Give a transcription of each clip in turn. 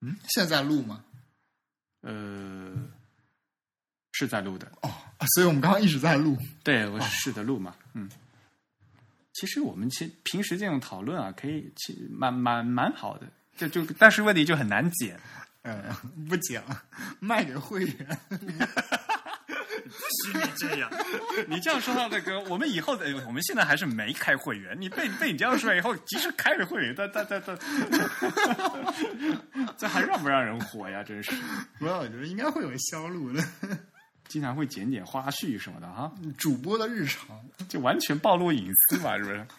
现在录吗？ 是在录的所以我们刚刚一直在录。 对，我是的录嘛，其实我们平时这种讨论啊，可以蛮好的，但是问题就很难剪。 不讲，卖给会员。 不许你这样，你这样说到那个，我们以后的，我们现在还是没开会员。你被你这样说以后，即使开了会员，这还让不让人活呀？真是。 不要，我觉得应该会有销路的。 经常会剪点花絮什么的哈， 主播的日常就完全暴露隐私嘛，是不是？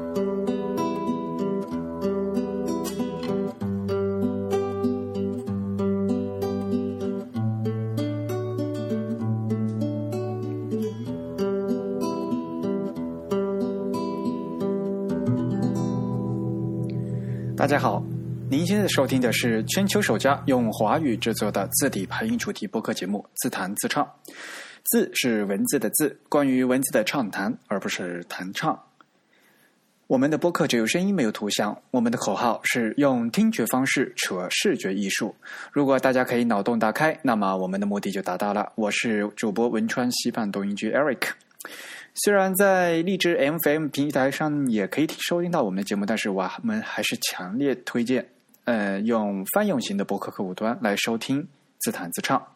大家好，您现在收听的是全球首家用华语制作的字体排音主题播客节目《自弹自唱》。字是文字的字，关于文字的畅谈，而不是弹唱。我们的播客只有声音没有图像，我们的口号是用听觉方式扯视觉艺术。如果大家可以脑洞大开，那么我们的目的就达到了。我是主播汶川西半抖音剧 Eric。虽然在荔枝 FM 平台上也可以收听到我们的节目，但是我们还是强烈推荐用泛用型的播客客户端来收听自弹自唱。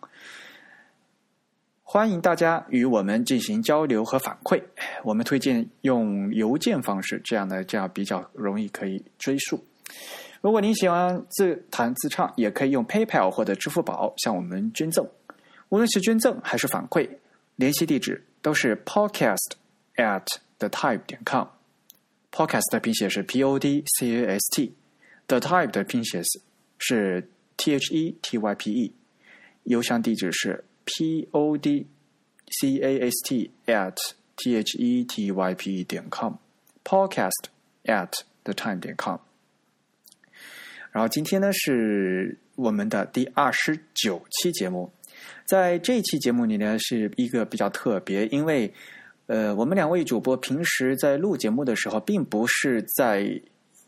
欢迎大家与我们进行交流和反馈，我们推荐用邮件方式，这样比较容易可以追溯。如果您喜欢自弹自唱，也可以用 PayPal 或者支付宝向我们捐赠，无论是捐赠还是反馈，联系地址都是 podcast@thetype.com。 podcast 的拼写是 PODCAST， The Type 的拼写是 THETYPE， 邮箱地址是 podcast@thetype.com， podcast@thetype.com。 然后今天呢是我们的第29期节目。在这一期节目里呢是一个比较特别，因为我们两位主播平时在录节目的时候并不是在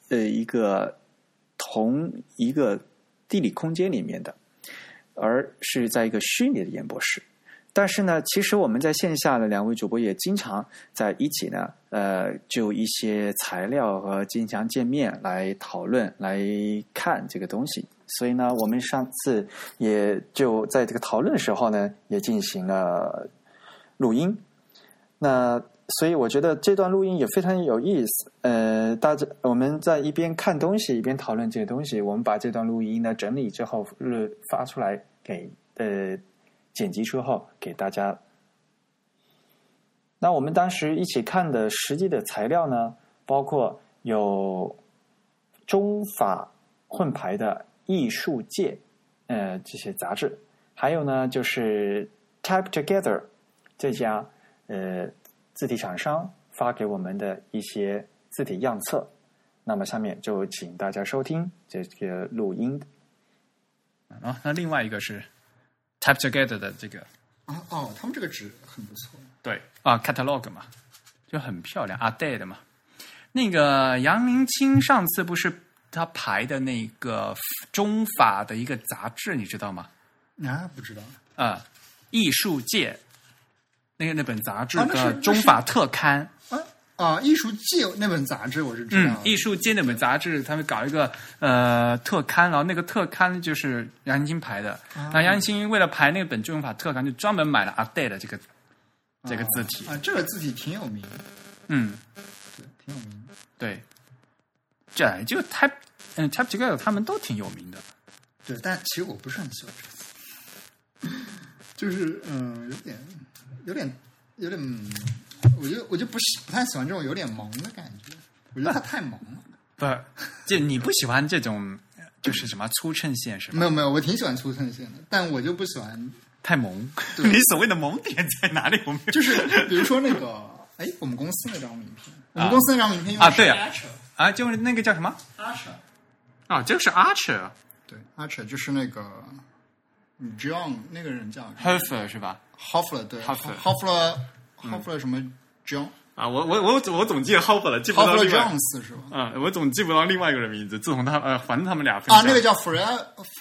同一个地理空间里面的，而是在一个虚拟的演播室。但是呢，其实我们在线下的两位主播也经常在一起呢，就一些材料和经常见面来讨论、来看这个东西。所以呢，我们上次也就在这个讨论的时候呢，也进行了录音。那所以我觉得这段录音也非常有意思。我们在一边看东西一边讨论这些东西，我们把这段录音呢整理之后发出来给剪辑之后给大家。那我们当时一起看的实际的材料呢，包括有中法混排的艺术界这些杂志，还有呢就是 Type Together 这家字体厂商发给我们的一些字体样册。那么下面就请大家收听这个录音。那另外一个是 Type Together 的这个他们这个纸很不错。 对catalog 嘛，就很漂亮 Ade 嘛。那个杨明清上次不是他排的那个中法的一个杂志，你知道吗？ 不知道。 艺术界那本杂志的中法特刊。 艺术界那本杂志我是知道。 艺术界那本杂志他们搞一个特刊，然后那个特刊就是杨明清排的。那杨明清为了排那本中法特刊，就专门买了 Ade 的这个字体。 这个字体挺有名的。对，挺有名的。对， 这就 Type Together 他们都挺有名的。 对，但其实我不是很喜欢这个字，就是有点，我就不太喜欢这种有点萌的感觉，我觉得它太萌了。 不，就你不喜欢这种就是什么粗衬线是吧？ 没有，我挺喜欢粗衬线的，但我就不喜欢太萌。你所谓的萌点在哪里？我们就是比如说那个我们公司那张名片，我们公司那张名片用的是 Archer 就是那个叫什么 Archer 这个是 Archer。 对， Archer 就是那个 John 那个人叫 Hoffler 是吧？ Hoffler 对 Hoffler什么 John 啊，我总记得 Hoffler， 记不到 Hoffler 另外 Jones 是吧？ 啊，我总记不到另外一个人名字。自从反正他们俩分啊，那个叫 Frere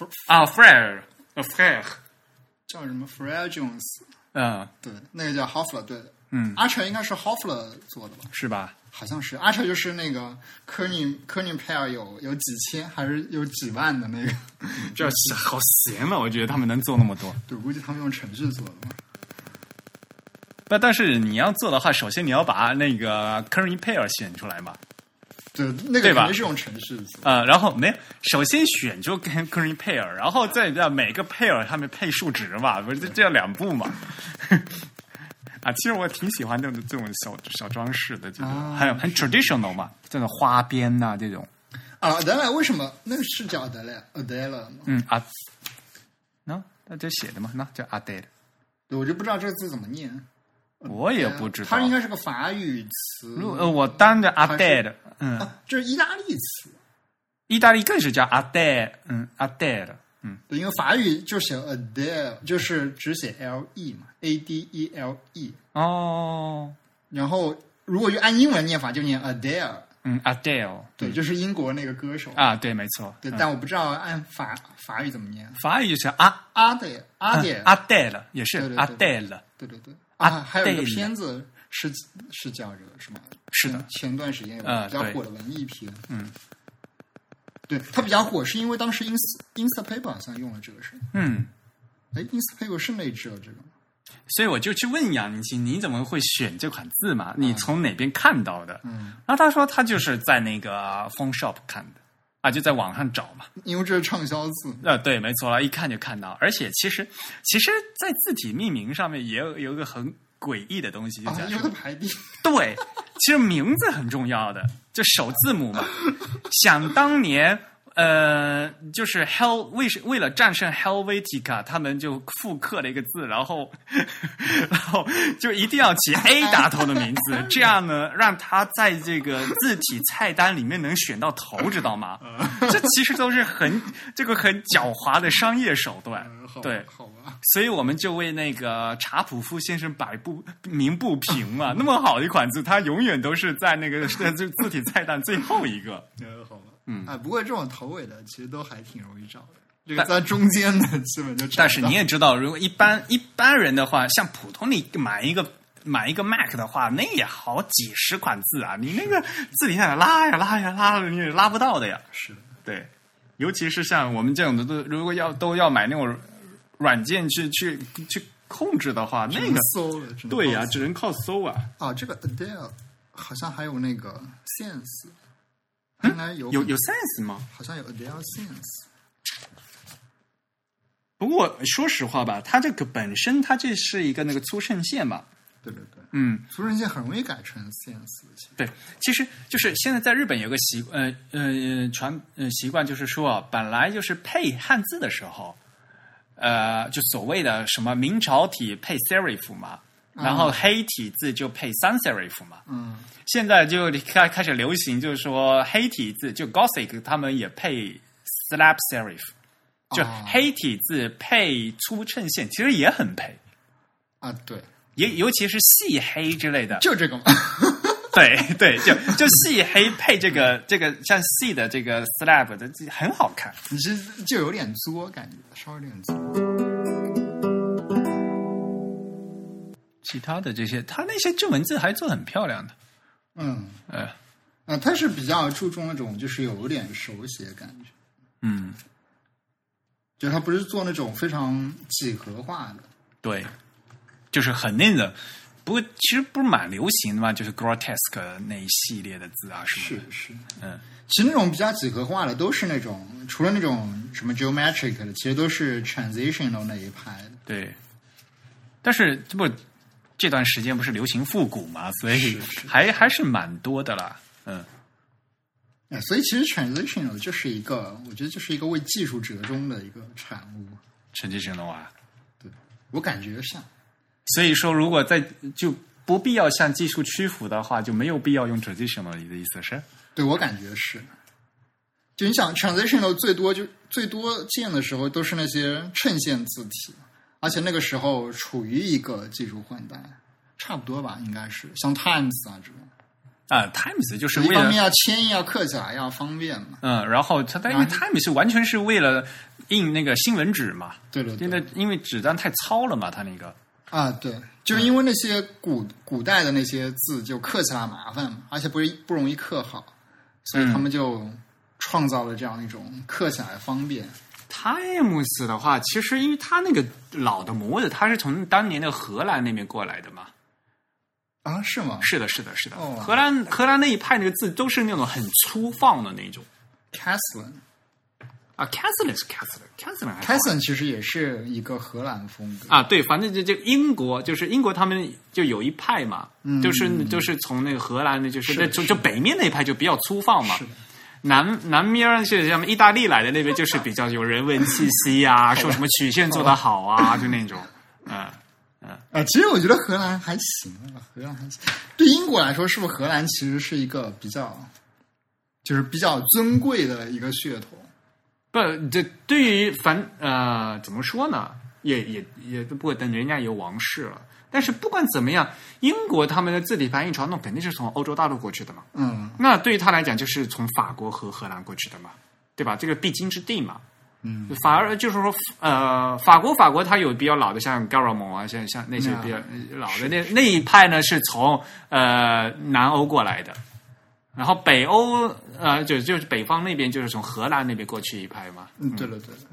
叫什么 Frere Jones？ 对，那个叫 Hoffler， 对的。Archer 应该是 Hoffler 做的吧？ 是吧？ 好像是 Archer 就是那个科尼佩尔有几千还是有几万的那个， 这好闲了，我觉得他们能做那么多。 对，估计他们用程序做的嘛。 但是你要做的话，首先你要把那个 Kearney pair 选出来嘛。 对，那个肯定是用程序做。 然后首先选出 Kearney pair， 然后再让每个 pair 上面配数值嘛，不是这样2步嘛？啊，其实我挺喜欢这种小装饰的，这种还有很 traditional 嘛，这种花边呐、这种。 Adela 为什么那个是叫 Adela 吗？ 那这写的嘛，那叫 Adela。 对，我就不知道这个字怎么念。 我也不知道， 它应该是个法语词。 我当着 Adela， 这是意大利词。 意大利更是叫 Adela， Adela。 对，因为法语就写 Adele， 就是只写 le 嘛 ，Adele。 哦。 然后如果按英文念法就念 Adele。Adele。对，就是英国那个歌手啊，对，没错。 对，但我不知道按法语怎么念。 法语就是 Adele 也是 Adele。 对。还有一个片子是叫这个是吗？ 是的， 前段时间有比较火的文艺片。对，它比较火是因为当时 Instapaper 好像用了这个是。Instapaper 是内置了这个。 所以我就去问杨林清，你怎么会选这款字嘛？你从哪边看到的？然后他说他就是在那个 Phone Shop 看的，就在网上找嘛。 因为这是畅销字。 对，没错了，一看就看到。而且其实，在字体命名上面也有一个很诡异的东西，就有个排比。 对，其实名字很重要的，就首字母嘛。想当年。就是 为了战胜 Helvetica， 他们就复刻了一个字，然后就一定要起 A 打头的名字，这样呢，让他在这个字体菜单里面能选到头，知道吗？这其实都是很狡猾的商业手段。对， 好吧。 所以我们就为那个查普夫先生鸣不平嘛。那么好的一款字，它永远都是在那个字体菜单最后一个。 好吧。不过这种头尾的其实都还挺容易找的，这个在中间的基本就找不到。 但是你也知道，如果一般人的话，像普通你买一个 Mac 的话，那也好几十款字啊，你那个字体上拉呀，你也拉不到的呀。 是的， 对，尤其是像我们这种的，如果都要买那种软件去控制的话，那个搜了， 对呀，只能靠搜啊。 这个 Adele 好像还有那个 Sense。应该有 sense 吗？ 好像有 Adele Sense。 不过说实话吧，它这个本身它这是一个那个粗衬线嘛。 对。粗衬线很容易改成 Sense。 对，其实就是现在在日本有个习惯，就是说本来就是配汉字的时候，就所谓的什么明朝体配 serif 嘛。然后黑体字就配 sans serif 嘛，现在就开始流行，就是说黑体字就 Gothic 他们也配 slab serif， 就黑体字配粗衬线，其实也很配对， 尤其是细黑之类的， 就这个嘛。 对，就细黑配这个像细的这个 slab 的很好看， 你是就有点作感觉，稍微有点作。 其他的这些，他那些正文字还做得很漂亮的。 他是比较注重那种就是有点手写感觉。就他不是做那种非常几何化的。 对，就是很那个。不过其实不是蛮流行的嘛，就是 grotesque 那一系列的字啊什么的。 是。其实那种比较几何化的都是那种，除了那种什么 geometric 的，其实都是 transitional 那一派的。 对。但是这段时间不是流行复古嘛，所以还是蛮多的啦。 所以其实 transitional 就是一个，我觉得就是一个为技术折中的一个产物。 transitional 啊， 对，我感觉像。 所以说，如果就不必要向技术屈服的话，就没有必要用 transitional 的意思是？ 对，我感觉是。就你想 transitional 最多见的时候都是那些衬线字体。而且那个时候处于一个技术换代， 差不多吧，应该是像 Times 啊这种。 Times 就是为了一方面要签印要刻起来要方便嘛。 然后因为 Times 是完全是为了印那个新闻纸嘛。 对， 因为纸张太糙了嘛，它那个。 对，就是因为那些古代的那些字就刻起来麻烦嘛，而且不容易刻好，所以他们就创造了这样一种刻起来方便。 Times 的话，其实因为它那个老的模子，它是从当年的荷兰那边过来的嘛。 是吗？ 是的。荷兰那一派那个字都是那种很粗放的那种。 Caslin 是 Caslin 其实也是一个荷兰风格对，反正就英国他们就有一派嘛，就是从那个荷兰的，就是就北面那一派就比较粗放嘛。南面是像意大利来的那边就是比较有人文气息啊，说什么曲线做得好啊，就那种其实我觉得荷兰还行。对英国来说，是不是荷兰其实是一个比较尊贵的一个血统？ 不，这对于怎么说呢？也不过等人家有王室了。但是不管怎么样，英国他们的字体排印传统肯定是从欧洲大陆过去的嘛。那对于他来讲，就是从法国和荷兰过去的嘛，对吧？这个必经之地嘛。反而就是说，法国它有比较老的，像 Garamond 啊，像那些比较老的那一派呢，是从南欧过来的。然后北欧就是北方那边，就是从荷兰那边过去一派嘛。 对。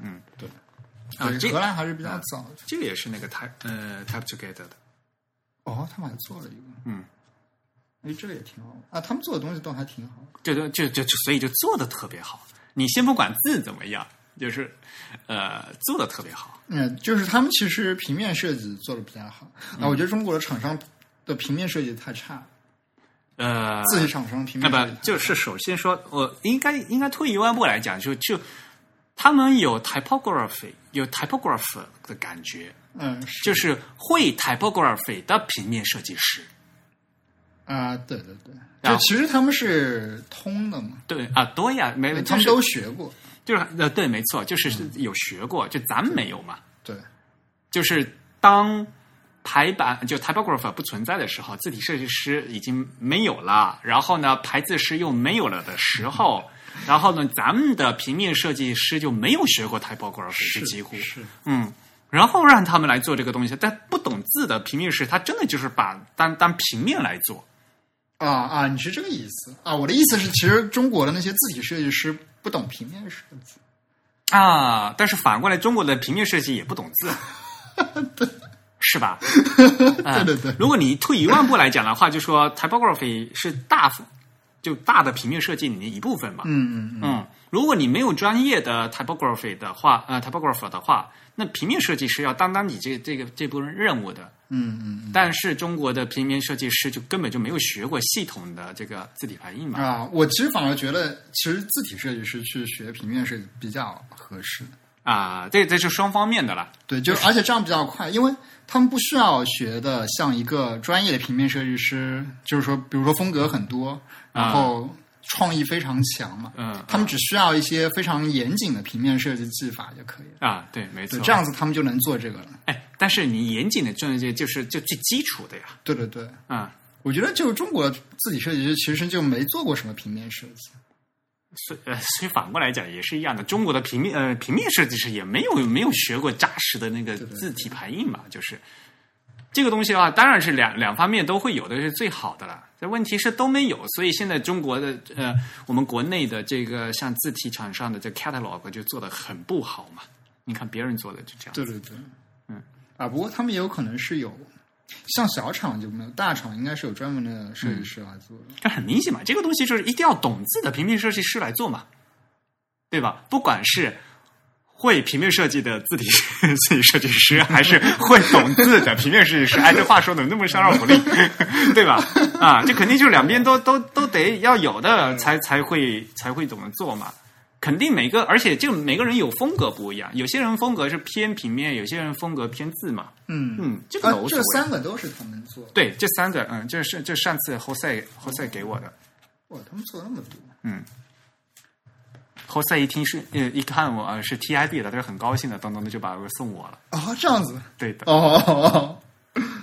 荷兰还是比较早的。 这个也是那个type together 的。 他们还做了一个。这个也挺好他们做的东西都还挺好。 就所以就做的特别好。你先不管字怎么样，就是做的特别好。 就是他们其实平面设计做的比较好。我觉得中国的厂商的平面设计太差。字体厂商平面设计就是首先说，我应该退一万步来讲，就他们有 typography 的感觉。就是会 typography 的平面设计师。 对。就其实他们是通的嘛。 对多呀， 他们都学过。 就是对，没错，就是有学过，就咱们没有嘛。 对， 就是当排版就 typographer 不存在的时候，字体设计师已经没有了，然后呢，排字师又没有了的时候，然后呢，咱们的平面设计师就没有学过 typography， 几乎是然后让他们来做这个东西，但不懂字的平面师，他真的就是把当平面来做。 你是这个意思我的意思是，其实中国的那些字体设计师不懂平面设计但是反过来，中国的平面设计也不懂字， 对， 是吧？ 对。 如果你退一万步来讲的话，就说 typography 是大的平面设计里面一部分嘛。如果你没有专业的 typographer 的话，那平面设计师要担你这部分任务的。但是中国的平面设计师就根本就没有学过系统的这个字体排印嘛。 我其实反而觉得，其实字体设计师去学平面设计比较合适。 这是双方面的了。 对，而且这样比较快，因为他们不需要学的像一个专业的平面设计师，就是说，比如说风格很多，然后创意非常强嘛。他们只需要一些非常严谨的平面设计技法就可以了。 对，没错。 这样子他们就能做这个了。 但是你严谨的专业就最基础的呀。对。 我觉得就是中国的字体设计师其实就没做过什么平面设计。 所以反过来讲也是一样的，中国的平面设计师也没有学过扎实的那个字体排印嘛，就是这个东西的话，当然是两方面都会有的是最好的了。这问题是都没有，所以现在中国的我们国内的这个像字体厂商的这 catalog 就做得很不好嘛。你看别人做的就这样。 对。不过他们也有可能是有。像小厂就没有，大厂应该是有专门的设计师来做的。 这很明显嘛，这个东西就是一定要懂字的平面设计师来做嘛，对吧？不管是会平面设计的字体设计师，还是会懂字的平面设计师，这话说的那么伤绕口令，对吧？这肯定就是两边都得要有的才会懂得做嘛。肯定而且这个每个人有风格不一样，有些人风格是偏平面，有些人风格偏字嘛。这个这三个都是他们做的。 对，这三个，这上次侯赛给我的。 哇，他们做那么多。 侯赛一看我是 TIB 的，他就很高兴的，咚咚的就把我送我了。 这样子。 对的。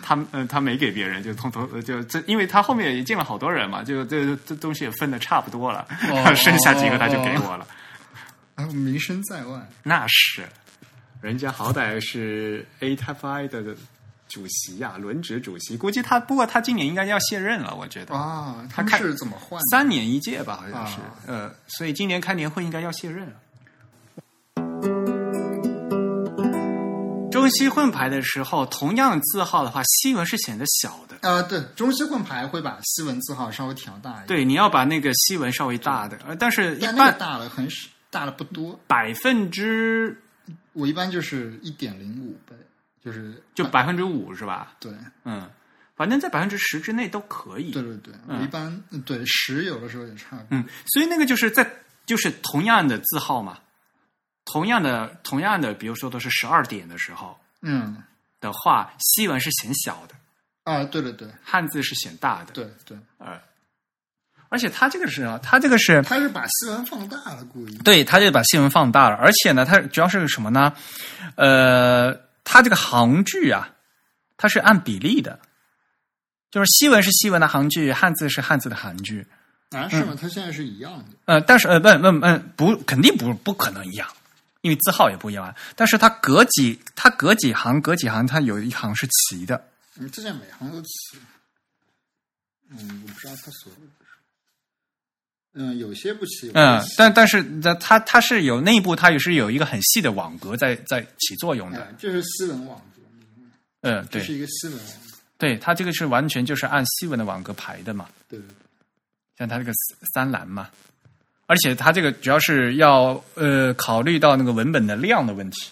他没给别人，就这，因为他后面也进了好多人嘛，就这东西也分的差不多了，剩下几个他就给我了。 名声在外， 那是，人家好歹是 ATFI 的主席呀，轮值主席，估计不过他今年应该要卸任了，我觉得啊， 他是怎么换 ？3年一届吧，好像是，所以今年开年会应该要卸任了。中西混排的时候，同样字号的话，西文是显得小的。 对，中西混排会把西文字号稍微调大一点。 对，你要把那个西文稍微大的，但是一般那个大了大了不多 ， 我一般就是1.05倍，就 5%是吧？ 对， 反正在10%之内都可以。 对，我一般对10有的时候也差不多。 所以那个就是同样的字号嘛。同样的，比如说都是12点的时候，的话，西文是显小的啊，对， 汉字是显大的， 对， 而且它是把西文放大了，故意， 对，它就把西文放大了，而且呢，它主要是什么呢？它这个行距啊，它是按比例的，就是西文是西文的行距，汉字是汉字的行距啊，是吗？它现在是一样的，但是不，肯定不可能一样。因为字号也不一样，但是它隔几行，它有一行是齐的。 之前每行都齐。我不知道它所有的。有些不齐。 但是它是有内部，它也是有一个很细的网格在起作用的。 这是西文网格。对， 这是一个西文网格。 对，它这个是完全就是按西文的网格排的嘛。 对。 像它这个3栏嘛。而且它这个主要是要考虑到那个文本的量的问题。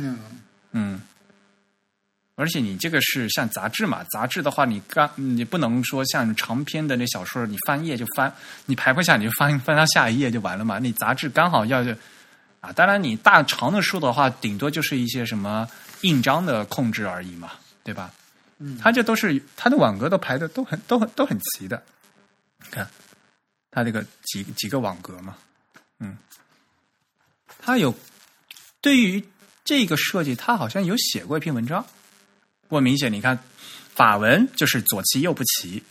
而且你这个是像杂志嘛，杂志的话你不能说像长篇的那小说，你翻页就翻，你排不下你就翻到下一页就完了嘛。你杂志刚好要当然你大长的书的话，顶多就是一些什么印章的控制而已嘛，对吧？它这都是它的网格都排的都很齐的，看。它这个几个网格嘛，它有对于这个设计，它好像有写过一篇文章。不过明显，你看法文就是左齐右不齐，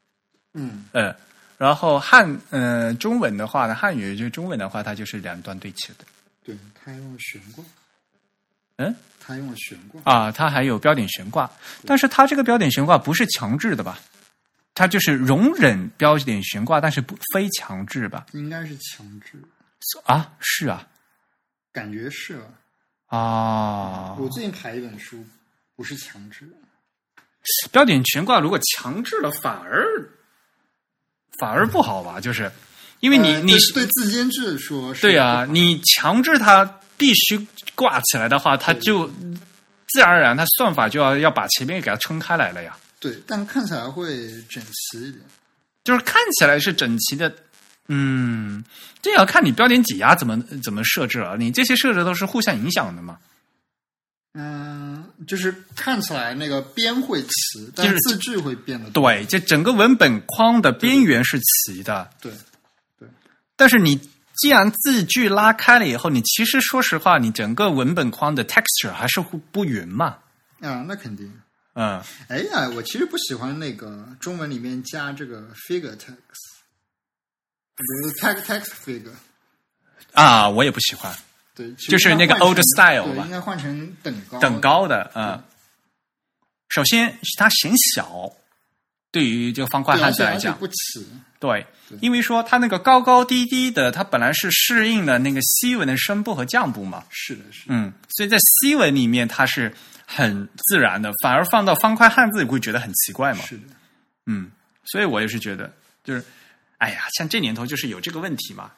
然后中文的话呢，汉语就中文的话，它就是两端对齐的。 对，它用了悬挂。它用了悬挂啊，它还有标点悬挂，但是它这个标点悬挂不是强制的吧？它就是容忍标点悬挂，但是非强制吧？ 应该是强制啊，是啊， 感觉是啊。 我最近排一本书，不是强制。 标点悬挂如果强制了，反而不好吧？就是因为你对字间距说是对啊，你强制它必须挂起来的话，它就自然而然，它算法就要把前面给它撑开来了呀。 对，但看起来会整齐一点， 就是看起来是整齐的，这要看你标点挤压怎么设置了。你这些设置都是互相影响的嘛。 就是看起来那个边会齐，但是字句会变得对，这整个文本框的边缘是齐的， 对。 但是你既然字句拉开了以后，你其实说实话，你整个文本框的 texture 还是不匀嘛。 那肯定。我其实不喜欢那个中文里面加这个 figure text， text figure 啊，我也不喜欢。 对， 就是那个 old style 吧， 应该换成等高的。首先它显小，对于这个方块汉字来讲不齐。 对，因为说它那个高高低低的，它本来是适应了那个西文的声部和降部嘛。 是的， 所以在西文里面它是很自然的，反而放到方块汉字会觉得很奇怪嘛。 是的， 所以我也是觉得，就是像这年头就是有这个问题嘛。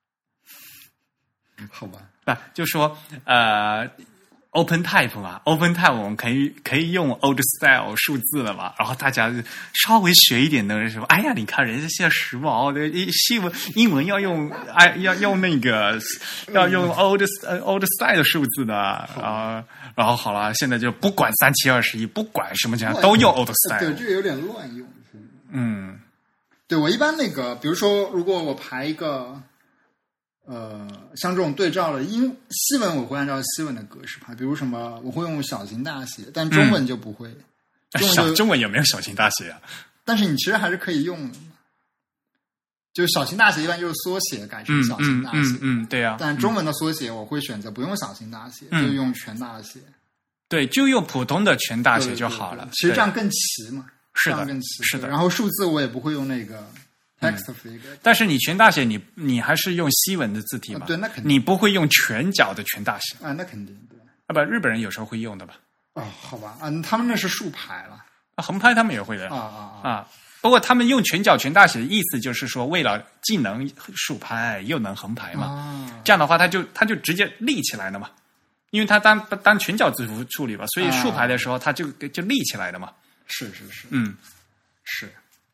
好吧， 就说open type 嘛 ，open type 我们可以用 old style 数字了嘛，然后大家稍微学一点的人说，你看人家现在时髦的英文要用要那个要用 old style 的数字的然后好了，现在就不管3721，不管什么讲都用 old style， 对，这个有点乱用。对，我一般那个，比如说，如果我排一个。像这种对照的西文，我会按照西文的格式排，比如什么我会用小型大写，但中文就不会中文有没有小型大写啊？ 但是你其实还是可以用的，就是小型大写一般就是缩写改成小型大写， 对啊。 但中文的缩写我会选择不用小型大写，就用全大写。 对，就用普通的全大写就好了。 其实这样更齐嘛， 是的， 更齐。 是的。 然后数字我也不会用那个 text figure， 但是你全大写，你还是用西文的字体嘛？ 对，那肯定。 你不会用全角的全大写啊？那肯定对。 啊不，日本人有时候会用的吧？ 哦，好吧，他们那是竖排了。 横排他们也会的啊。 不过他们用全角全大写的意思就是说，为了既能竖排又能横排嘛，这样的话它就直接立起来了嘛，因为它当全角字符处理吧，所以竖排的时候它就立起来了嘛。 是，是。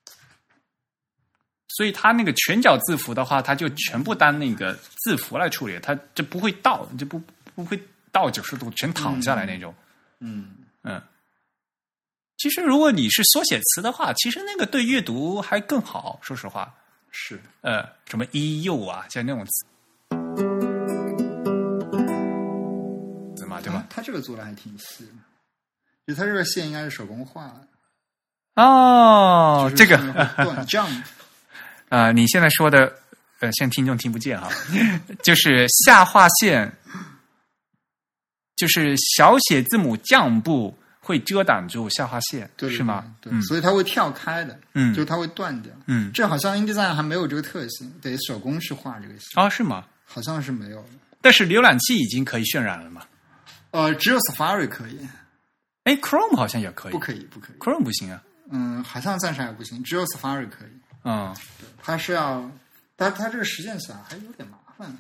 所以它那个全角字符的话，它就全部当那个字符来处理，它就不会倒，就不会倒90度全躺下来那种。其实如果你是缩写词的话，其实那个对阅读还更好，说实话。 是。 什么一右啊，像那种词嘛，对吧？ 他这个做的还挺细的，就他这个线应该是手工画的。 哦，这个 jump。 你现在说的，现在听众听不见哈，就是下划线，就是小写字母降部会遮挡住下划线， 对， 是吗？ 对，所以它会跳开的，就是它会断掉。这好像 InDesign 还没有这个特性，得手工去画这个线。 哦，是吗？ 好像是没有的。 但是浏览器已经可以渲染了吗？ 只有 Safari 可以。 Chrome 好像也可以。 不可以。 Chrome 不行啊。 好像暂时还不行，只有 Safari 可以。对，它是要，它这个实现起来还有点麻烦，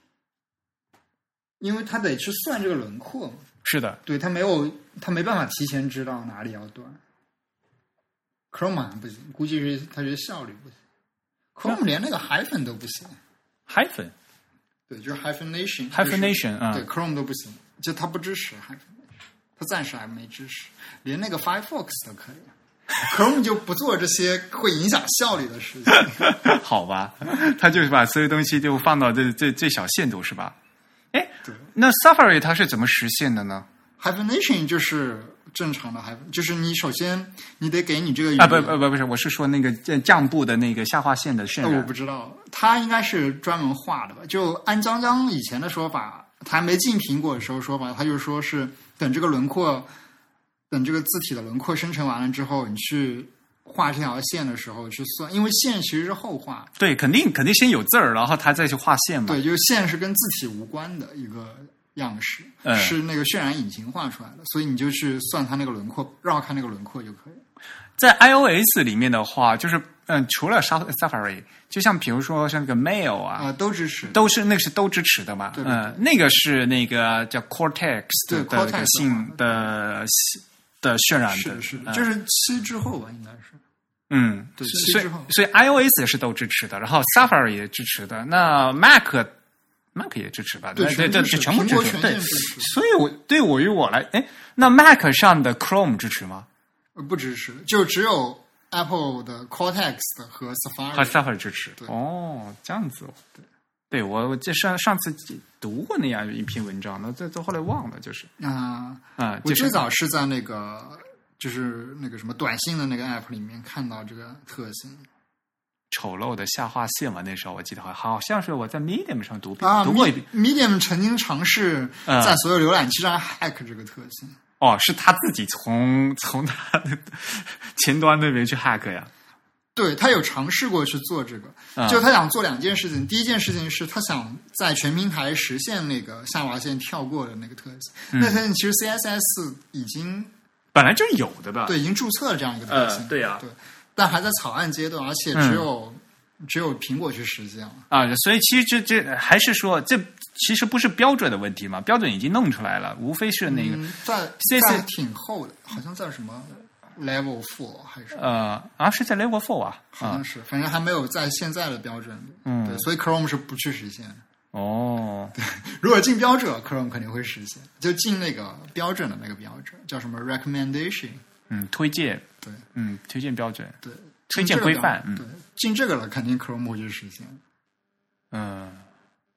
因为它得去算这个轮廓嘛。 是的， 对，它没办法提前知道哪里要断。Chrome 好像不行，估计是它觉得效率不行。Chrome 连那个 hyphen 都不行。 hyphen？ 对，就是 hyphenation。 对 ，Chrome 都不行，就它不支持 hyphenation， 它暂时还没支持，连那个 Firefox 都可以。Chrome 就不做这些会影响效率的事情。 好吧，他就是把所有东西就放到这最小限度，是吧？ 对。 那 Safari 它是怎么实现的呢？ Hyphenation 就是正常的 hyphen， 就是你首先你得给你这个不是，我是说那个降部的那个下划线的渲染。 我不知道，他应该是专门画的吧？就按江江以前的说法，他还没进苹果的时候说法，他就说是等这个字体的轮廓生成完了之后，你去画这条线的时候去算，因为线其实是后画。 对，肯定先有字儿，然后他再去画线嘛。 对，就是线是跟字体无关的一个样式，是那个渲染引擎画出来的，所以你就去算它那个轮廓，绕开那个轮廓就可以。 在 iOS 里面的话，就是除了 Safari， 就像比如说像那个 Mail 啊， 都支持， 都支持的嘛。 对， 那个是那个叫 Cortex 的性的渲染的， 是就是7之后吧，应该是。对，7之后， 所以 iOS 是都支持的，然后 Safari 也支持的，那 Mac 也支持吧？ 对， 这全部支持。对， 支持。 所以于我来，那 Mac 上的 Chrome 支持吗？ 不支持，就只有 Apple 的 Cortex 和 Safari 支持。 对， 这样子。对，我这上次读过那样一篇文章，那这后来忘了，就是我最早是在那个就是那个什么短信的那个 app 里面看到这个特性。 丑陋的下划线嘛，那时候我记得好像是我在 Medium 上读过一遍。 Medium 曾经尝试在所有浏览器上 hack 这个特性。 是他自己从他的前端那边去 hack 呀？ 对，他有尝试过去做这个，就他想做2件事情。第一件事情是他想在全平台实现那个下划线跳过的那个特性。那特性其实 CSS 已经本来就是有的吧？ 对，已经注册了这样一个特性。 对呀， 对，但还在草案阶段，而且只有苹果去实现了所以其实这还是说这其实不是标准的问题嘛，标准已经弄出来了，无非是那个在挺后的，好像在什么 Level 4还是是在 Level 4啊， 好像是，反正还没有在现在的标准对，所以 Chrome 是不去实现的。对，如果进标准 Chrome 肯定会实现，就进那个标准的那个标准叫什么 recommendation， 推荐， 对， 推荐标准， 对， 推荐规范， 对，进这个了肯定 Chrome 会去实现。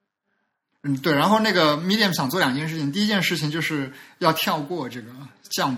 对，然后那个 Medium 想做2件事情，第一件事情就是要跳过这个降部，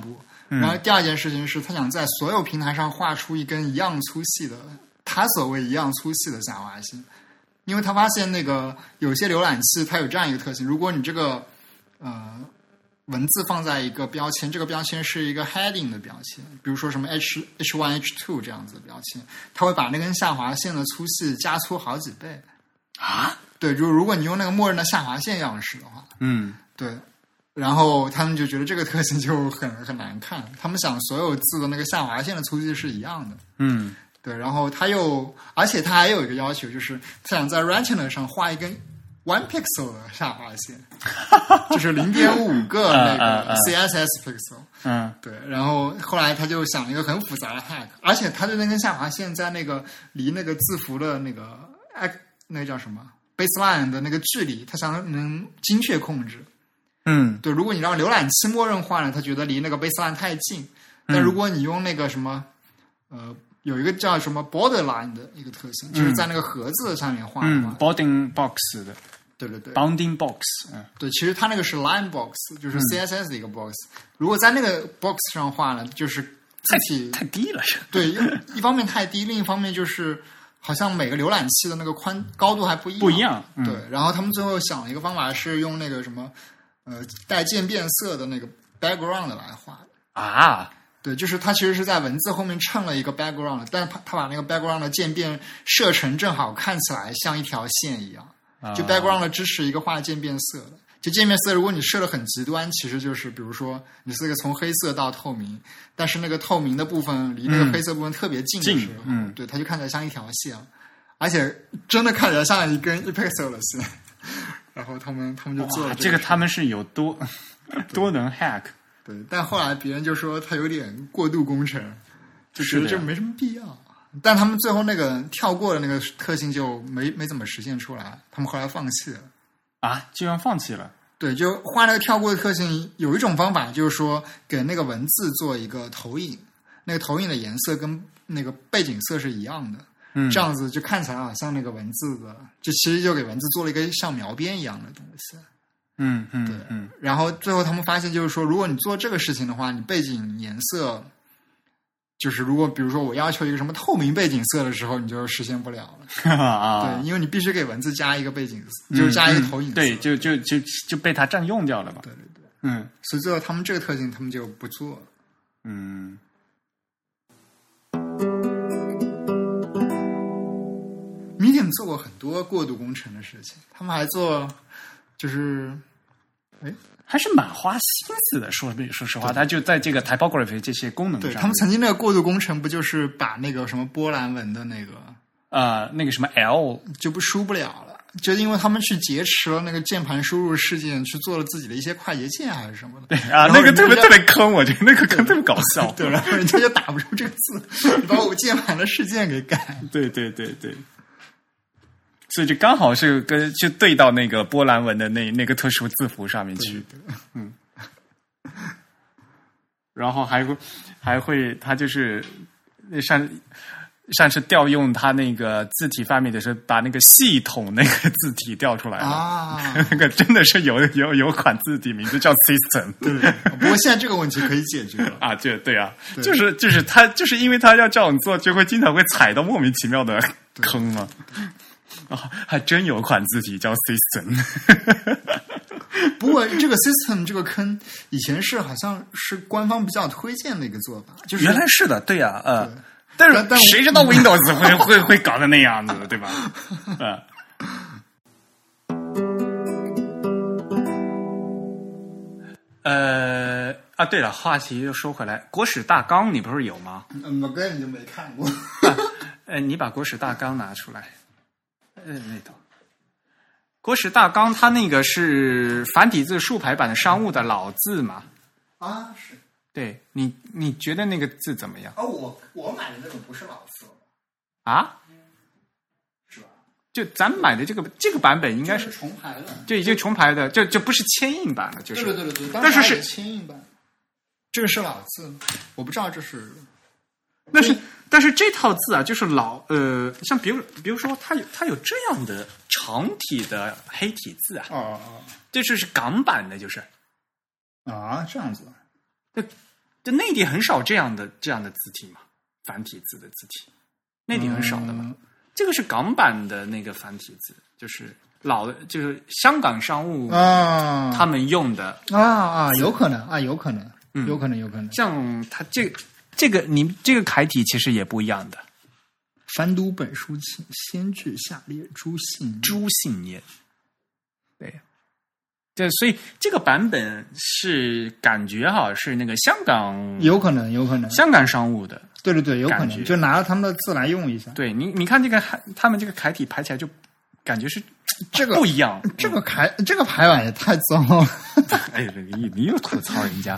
然后第二件事情是他想在所有平台上画出一根一样粗细的，他所谓一样粗细的下划线，因为他发现那个有些浏览器它有这样一个特性，如果你这个文字放在一个标签，这个标签是一个 heading 的标签，比如说什么 H1 H2 这样子的标签，它会把那根下划线的粗细加粗好几倍啊。 对，如果你用那个默认的下划线样式的话，对，然后他们就觉得这个特性就很难看，他们想所有字的那个下划线的粗细是一样的，对，然后而且他还有一个要求，就是他想在 Retina 上画一根 1 pixel 的下划线，就是 0.5 个那个 CSS pixel，对，然后后来他就想了一个很复杂的 hack， 而且他的那根下划线在那个离那个字符的那个叫什么 baseline 的那个距离，他想能精确控制。对，如果你让浏览器默认画呢，他觉得离那个 baseline 太近。但如果你用那个什么，有一个叫什么 borderline 的一个特性，就是在那个盒子上面画的话 ，bounding box 的， 对 bounding box， 对，其实它那个是 line box， 就是 CSS 的一个 box。如果在那个 box 上画呢，就是字体太低了， 对，一方面太低，另一方面就是好像每个浏览器的那个高度还不一样，对。然后他们最后想了一个方法，是用那个什么。带渐变色的那个 background 来画啊， 对，就是它其实是在文字后面衬了一个 background， 但是它把那个 background 的渐变设成正好看起来像一条线一样，就 background 支持一个画渐变色的，就渐变色如果你设的很极端，其实就是比如说你是个从黑色到透明，但是那个透明的部分离那个黑色部分特别近的时候，对，它就看起来像一条线，而且真的看起来像一根1 pixel 的线。然后他们就做了这个他们是有多能 hack， 对，但后来别人就说他有点过度工程，就觉得这没什么必要。但他们最后那个跳过的那个特性就没怎么实现出来，他们后来放弃了啊，居然放弃了。 对，就画那个跳过的特性，有一种方法就是说给那个文字做一个投影，那个投影的颜色跟那个背景色是一样的。这样子就看起来好像那个文字的，就其实就给文字做了一个像描边一样的东西。对。然后最后他们发现，就是说，如果你做这个事情的话，你背景颜色，就是如果比如说我要求一个什么透明背景色的时候，你就实现不了了。对，因为你必须给文字加一个背景色，就是加一个投影色。 对，就被它占用掉了嘛。 对。所以最后他们这个特性他们就不做了。Medium 做过很多过度工程的事情，他们还做， 还是蛮花心思的。说实话，他就在这个 typography 这些功能上， 对他们曾经那个过度工程，不就是把那个什么波兰文的那个什么 L 就不输不了了，就因为他们去劫持了那个键盘输入事件，去做了自己的一些快捷键还是什么的。 对啊，那个特别坑，我觉得那个坑特别搞笑。 对，然后人家就打不出这个字，把我键盘的事件给改。 对。所以就刚好是就对到那个波兰文的那个特殊字符上面去。然后还会他就是上次调用他那个字体范围的时候，把那个系统那个字体调出来了啊，那个真的是有款字体名字叫 System。 对，不过现在这个问题可以解决了啊，对啊，就是他就是因为他要这样做，就会经常会踩到莫名其妙的坑嘛。还真有款字体叫 System。 不过这个 System 这个坑以前是好像是官方比较推荐的一个做法，就是原来是的，对呀，但是谁知道 Windows 会搞成那样子，对吧？对了，话题又说回来，国史大纲你不是有吗？ 我根本就没看过。 你把国史大纲拿出来。那头国史大纲，它那个是繁体字竖排版的商务的老字嘛？ 啊，是。 对，你觉得那个字怎么样？ 我买的那种不是老字啊？ 是吧？ 就咱们买的这个版本应该是重排的， 就已经重排的，就不是铅印版了，就是。 对， 但是铅印版。这个是老字，我不知道这是。 但是这套字啊，就是像比如说，它有这样的长体的黑体字啊，这是港版的，就是啊，这样子。 就内地很少这样的字体嘛，繁体字的字体，内地很少的嘛。这个是港版的那个繁体字，就是老的，就是香港商务他们用的有可能啊，有可能，有可能。 像它这个你这个楷体其实也不一样的。 凡读本书请先据下列朱信念。 对，所以这个版本是感觉是那个香港有可能香港商务的， 对，有可能就拿了他们的字来用一下。 对，你看这个他们这个楷体排起来就感觉是这个不一样， 这个排版也太糟了。 哎，你又吐槽人家。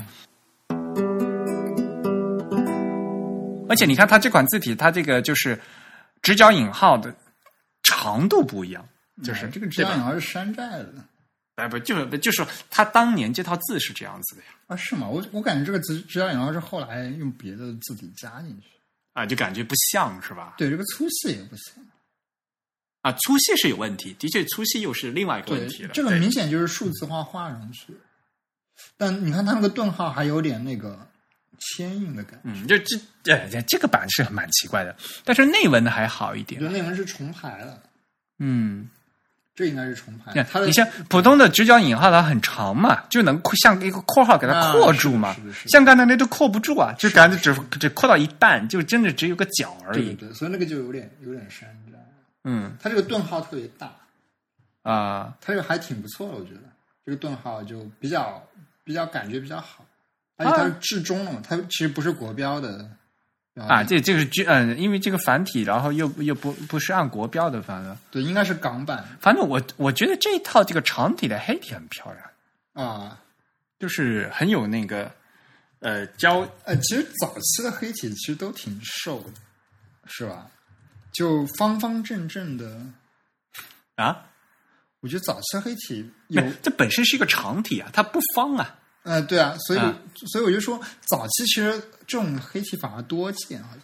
而且你看它这款字体，它这个就是直角引号的长度不一样，就是这个直角引号是山寨的。 就是说他当年这套字是这样子的呀。 啊，是吗？我感觉这个直角引号是后来用别的字体加进去啊，就感觉不像是吧？ 对，这个粗细也不像啊，粗细是有问题，的确粗细又是另外一个问题了。 这个明显就是数字化画上去，但你看它那个顿号还有点那个牵引的感觉。 就这个版是蛮奇怪的，但是内文还好一点。 就内文是重排了。这应该是重排。 你像普通的直角引号它很长嘛，就能像一个括号给它括住嘛。像刚才那都括不住啊，就感觉只括到一半，就真的只有个角而已。 对，所以那个就有点山寨。它这个顿号特别大啊， 它这个还挺不错的，我觉得这个顿号就比较感觉比较好，而且它是至中了嘛，它其实不是国标的。 这个是因为这个繁体，然后又不是按国标的，反正对，应该是港版。 反正我觉得这一套这个长体的黑体很漂亮啊， 就是很有那个其实早期的黑体其实都挺瘦的，是吧？就方方正正的啊。 我觉得早期黑体这本身是一个长体啊，它不方啊。 对啊，所以我就说，早期其实这种黑体反而多见，好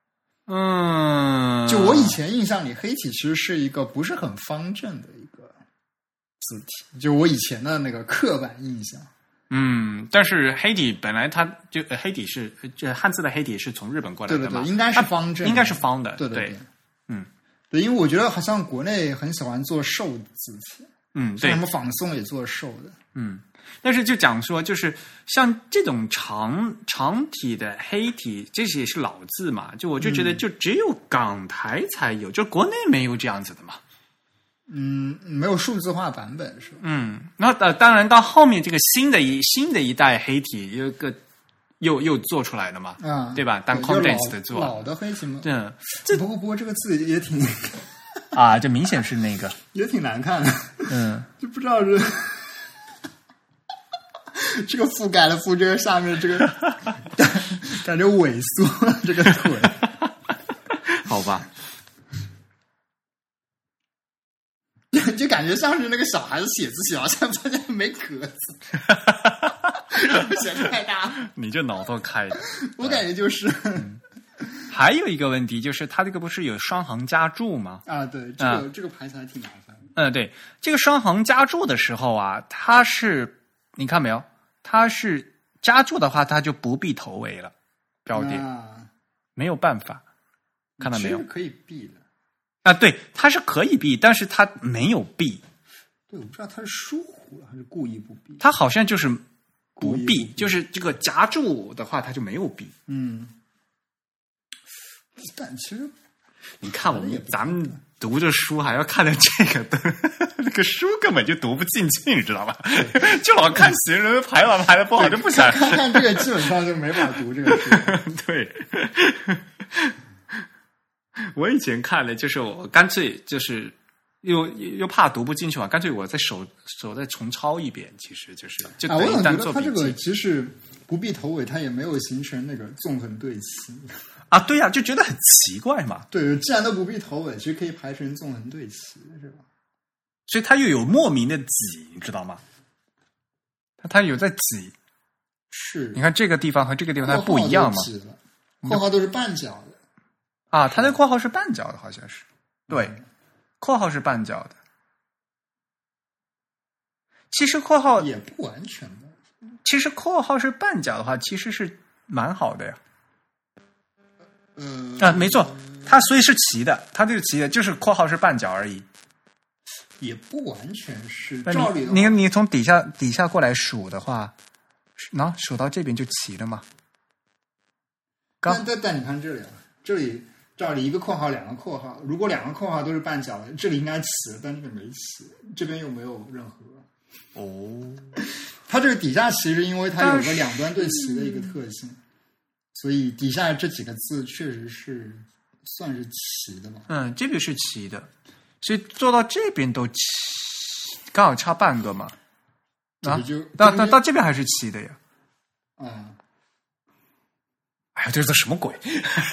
像。就我以前印象里，黑体其实是一个不是很方正的一个字体，就我以前的那个刻板印象。 但是黑体本来它就黑体是汉字的黑体是从日本过来的嘛， 对，应该是方正， 应该是方的， 对。 对， 因为我觉得好像国内很喜欢做瘦字体， 对， 什么仿宋也做瘦的， 但是就讲说，就是像这种长体的黑体，这些也是老字嘛，就我就觉得就只有港台才有，就国内没有这样子的嘛。 没有数字化版本是吧？ 那当然到后面这个新的一代黑体有个又做出来的嘛，对吧？当 condense 的做老的黑体嘛， 对， 不过这个字也挺这明显是那个也挺难看的，就不知道是。这个覆盖了覆这个下面这个感觉萎缩了这个腿， 好吧， 就感觉像是那个小孩子写字写到现在没格子，写太大， 你这脑洞开的， 我感觉就是。 还有一个问题就是，它这个不是有双行加注吗？ 对，这个排起来挺麻烦的。对，这个双行加注的时候它是你看没有？它是加注的话，它就不必头尾了，标点没有办法，看到没有？ 可以避的对，它是可以避，但是它没有避。 对，我不知道它是疏忽了还是故意不避。 它好像就是不避，就是这个夹注的话，它就没有避。 但其实你看咱们读着书还要看着这个的，那个书根本就读不进去，你知道吧？就老看行人排版排的不好，就不想看这个，基本上就没法读这个书。 对，我以前看了，就是我干脆就是又怕读不进去嘛，干脆我手再重抄一遍。其实就等于当做笔记。 他这个即使不必头尾，他也没有形成那个纵横对齐。 对呀，就觉得很奇怪嘛。 对，既然都不必头尾，其实可以排成纵横对齐，是吧？ 所以它又有莫名的挤，你知道吗？它有在挤。 是。 你看这个地方和这个地方它不一样嘛？ 括号都是半角的。它的括号是半角的，好像是。对，括号是半角的。其实括号也不完全的。 其实括号是半角的话，其实是蛮好的呀。没错，它所以是齐的，它这个齐的就是括号是半角而已， 也不完全是。 照理你从底下过来数的话，数到这边就齐了嘛。 但你看这里啊，这里照理一个括号两个括号，如果两个括号都是半角的，这里应该齐，但这边没齐，这边又没有任何。它这个底下齐是因为它有个两端对齐的一个特性，所以底下这几个字确实是算是齐的吧。 这边是齐的，所以做到这边都齐，刚好差半个嘛。到这边还是齐的呀。哎呀，这是什么鬼？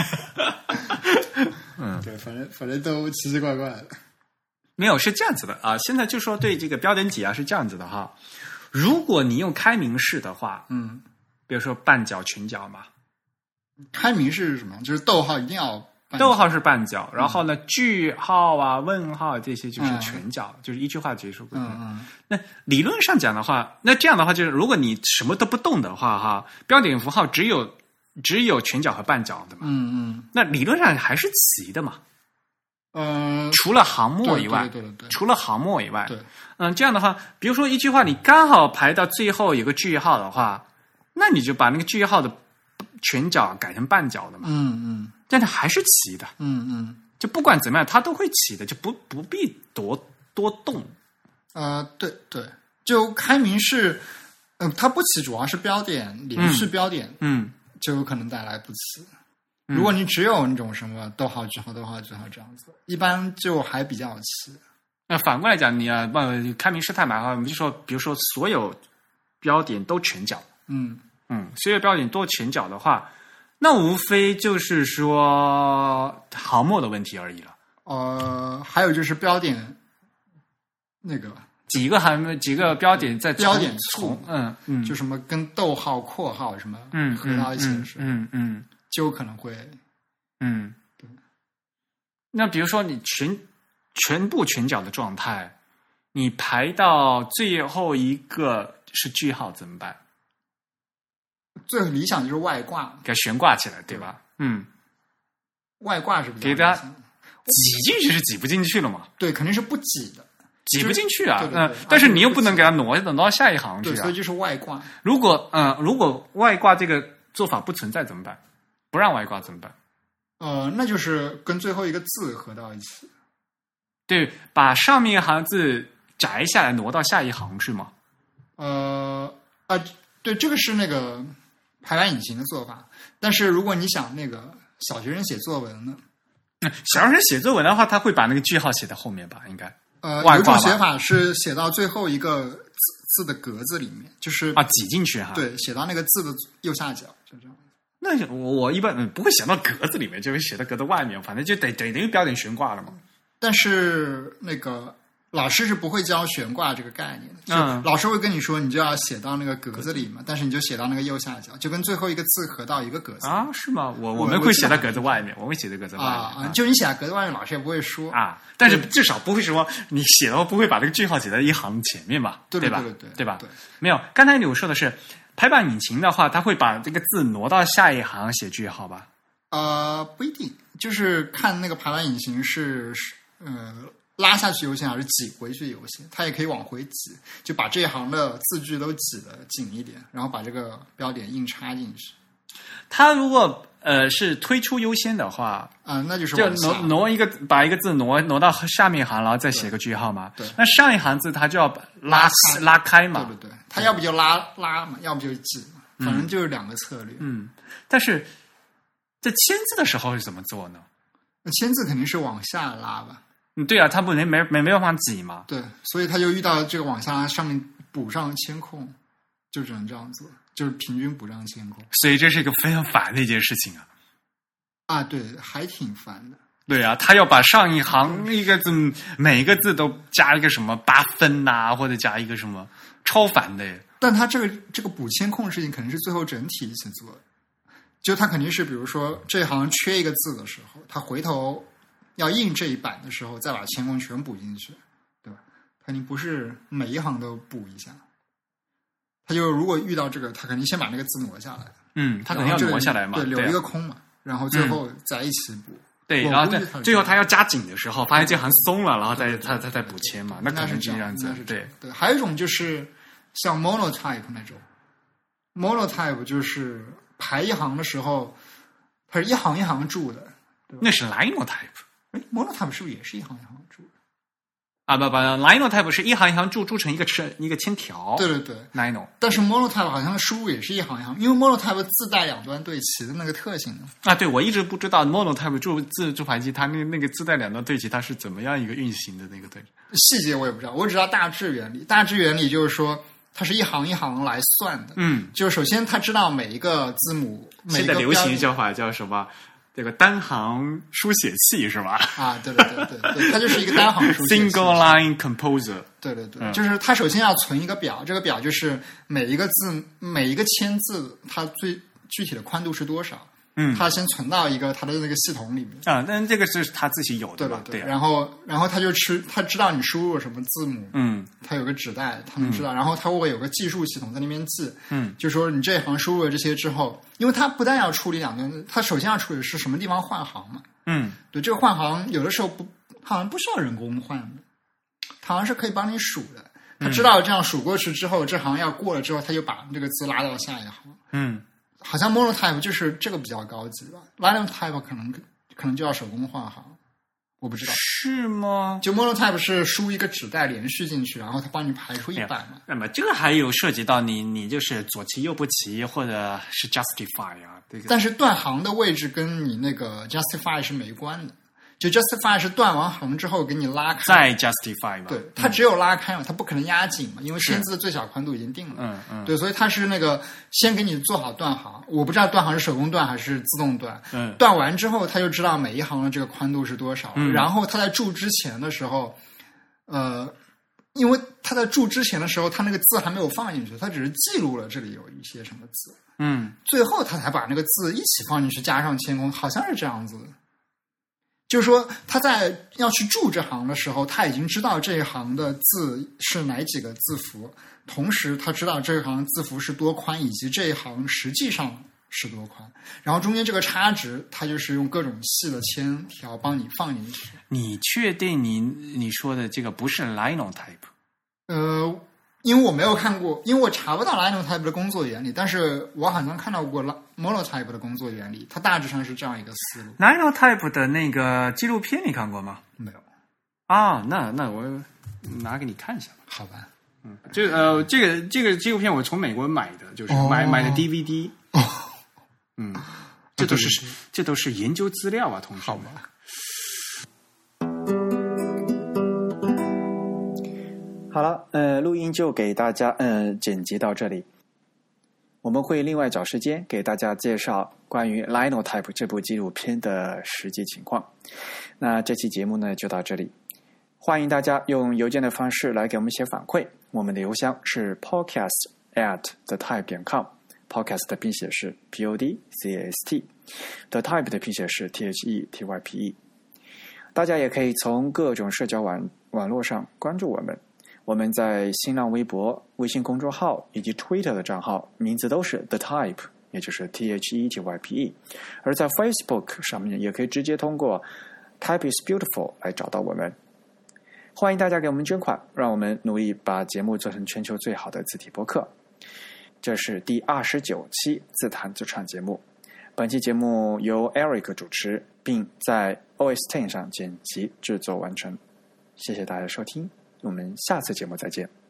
对，反正都奇奇怪怪的。 没有，是这样子的啊。现在就说对这个标点挤压是这样子的哈。如果你用开明式的话，比如说半角、全角嘛。 开明式是什么？就是逗号一定要半角， 逗号是半角，然后呢，句号啊、问号这些就是全角，就是一句话结束。那理论上讲的话，那这样的话就是，如果你什么都不动的话，哈，标点符号只有全角和半角的嘛。那理论上还是齐的嘛。除了行末以外， 对， 除了行末以外， 对， 这样的话，比如说一句话你刚好排到最后有个句号的话，那你就把那个句号的全角改成半角的嘛，但是还是齐的，就不管怎么样，它都会齐的，就不必多动。 对，就开明式，它不齐主要是标点连续标点，就有可能带来不齐。如果你只有那种什么逗号、句号、逗号、句号这样子，一般就还比较齐。 那反过来讲，你开明式太满的话，我们就说，比如说所有标点都全角，所有标点都全角的话，那无非就是说行末的问题而已了。 还有就是标点那个几个标点在标点簇，就什么跟逗号、括号什么合到一起的时候，就有可能会，对。 那比如说你全部全角的状态，你排到最后一个是句号怎么办？ 最理想就是外挂， 给它悬挂起来，对吧？ 外挂是不是？ 给它挤进去是挤不进去了嘛？ 对，肯定是不挤的， 挤不进去啊。 对， 但是你又不能给它挪到下一行去啊。 对，所以就是外挂。 如果外挂这个做法不存在怎么办？不让外挂怎么办？ 那就是跟最后一个字合到一起。 对，把上面一行字摘下来挪到下一行去嘛。 对，这个是那个排版引擎的做法。但是如果你想那个小学生写作文呢？ 小学生写作文的话，他会把那个句号写在后面吧？应该。 有一种写法是写到最后一个字的格子里面，就是挤进去哈。 对，写到那个字的右下角，就这样。 那我一般不会写到格子里面，就会写到格子外面，反正就得那个标点悬挂了嘛。 但是那个老师是不会教悬挂这个概念的，老师会跟你说，你就要写到那个格子里嘛，但是你就写到那个右下角，就跟最后一个字合到一个格子啊？是吗？我们会写到格子外面，我会写在格子外面就你写在格子外面，老师也不会说啊。但是至少不会说你写的话不会把这个句号写在一行前面吧？ 对吧？ 对吧？没有，刚才我说的是排版引擎的话，它会把这个字挪到下一行写句号吧？ 不一定，就是看那个排版引擎是拉下去优先还是挤回去优先，它也可以往回挤，就把这一行的字句都挤得紧一点，然后把这个标点硬插进去。 它如果是推出优先的话， 那就是就把一个字挪到下面一行，然后再写个句号嘛。 对， 那上一行字它就要拉开嘛。 对，它要不就拉嘛，要不就挤嘛，反正就是两个策略。 但是在签字的时候是怎么做呢？ 那签字肯定是往下拉吧。 对啊，它不能没办法挤嘛。 对，所以他就遇到这个往下拉，上面补上铅空，就只能这样做，就是平均补上铅空。 所以这是一个非常烦的一件事情啊。 对，还挺烦的。 对啊，他要把上一行一个字每一个字都加一个什么8分呐，或者加一个什么，超烦的。 但他这个补铅空的事情肯定是最后整体一起做的，就他肯定是比如说这一行缺一个字的时候，他回头要印这一版的时候，再把铅空全补进去，对吧？肯定不是每一行都补一下， 他就如果遇到这个，他肯定先把那个字挪下来。 他肯定要挪下来嘛， 对，留一个空嘛，然后最后再一起补。 对，然后最后他要加紧的时候，发现这行松了，然后再补签嘛，那可能是这样子。对， 还有一种就是像 monotype 那种 ，monotype 就是排一行的时候，它是一行一行注的。 那是 linotype。 monotype 是不是也是一行一行注的？ 啊不 ，linotype 是一行一行注成一个签条。 对对对 ，lino。但是 monotype 好像输入也是一行一行，因为 monotype 自带两端对齐的那个特性。 啊，对，我一直不知道 monotype 注排机它那个自带两端对齐，它是怎么样一个运行的那个对。 细节我也不知道，我只知道大致原理。大致原理就是说，它是一行一行来算的。就是首先它知道每一个字母， 现在流行叫法叫什么？这个单行书写器是吧？ 啊，对，它就是一个单行书写器。 Single line composer。 对，就是它首先要存一个表，这个表就是每一个签字它最具体的宽度是多少。它先存到一个它的那个系统里面。 啊，但这个是他自己有的吧？ 对。然后他知道你输入了什么字母。它有个纸袋，他能知道。然后它会有个计数系统在那边记。就说你这一行输入了这些之后，因为它不但要处理两端，它首先要处理是什么地方换行嘛。对，这个换行有的时候好像不需要人工换的，它好像是可以帮你数的。他知道这样数过去之后，这行要过了之后，他就把这个字拉到下一行。好像 monotype 就是这个比较高级吧 ，linotype 可能就要手工换行，我不知道是吗？ 就 monotype 是输一个纸袋连续进去，然后它帮你排出一版嘛。 那么这个还有涉及到你就是左齐右不齐，或者是 justify 啊。 但是断行的位置跟你那个 justify 是没关的。就 justify 是断完行之后给你拉开， 再 justify 嘛。 对，它只有拉开嘛，它不可能压紧嘛，因为签字的最小宽度已经定了。对，所以它是那个先给你做好断行，我不知道断行是手工断还是自动断。断完之后，他就知道每一行的这个宽度是多少。然后他在注之前的时候，因为他在注之前的时候，他那个字还没有放进去，他只是记录了这里有一些什么字。最后他才把那个字一起放进去，加上签空，好像是这样子的。就是说，他在要去注这行的时候，他已经知道这一行的字是哪几个字符，同时他知道这一行字符是多宽，以及这一行实际上是多宽。然后中间这个差值，他就是用各种细的铅条帮你放进去。 你确定你说的这个不是 linotype？ 因为我没有看过，因为我查不到 linotype 的工作原理，但是我好像看到过 monotype 的工作原理，它大致上是这样一个思路。 linotype 的那个纪录片你看过吗？ 没有。 啊，那我拿给你看一下吧。 好吧。 这个纪录片我从美国买的，就是买的 DVD。这都是研究资料啊，同学们。好吧。 好了，录音就给大家剪辑到这里。我们会另外找时间给大家介绍关于 linotype 这部纪录片的实际情况。那这期节目呢就到这里，欢迎大家用邮件的方式来给我们写反馈，我们的邮箱是 podcast@thetype.com， podcast 的拼写是 podcast， the type 的拼写是 thetype。 大家也可以从各种社交网络上关注我们。我们在新浪微博、微信公众号以及 Twitter 的账号名字都是 The Type， 也就是 THETYPE。而在 Facebook 上面也可以直接通过 Type is Beautiful 来找到我们。欢迎大家给我们捐款，让我们努力把节目做成全球最好的字体播客。这是第29期自弹自唱节目，本期节目由 Eric 主持，并在 OS X 上剪辑制作完成。谢谢大家的收听，我们下次节目再见。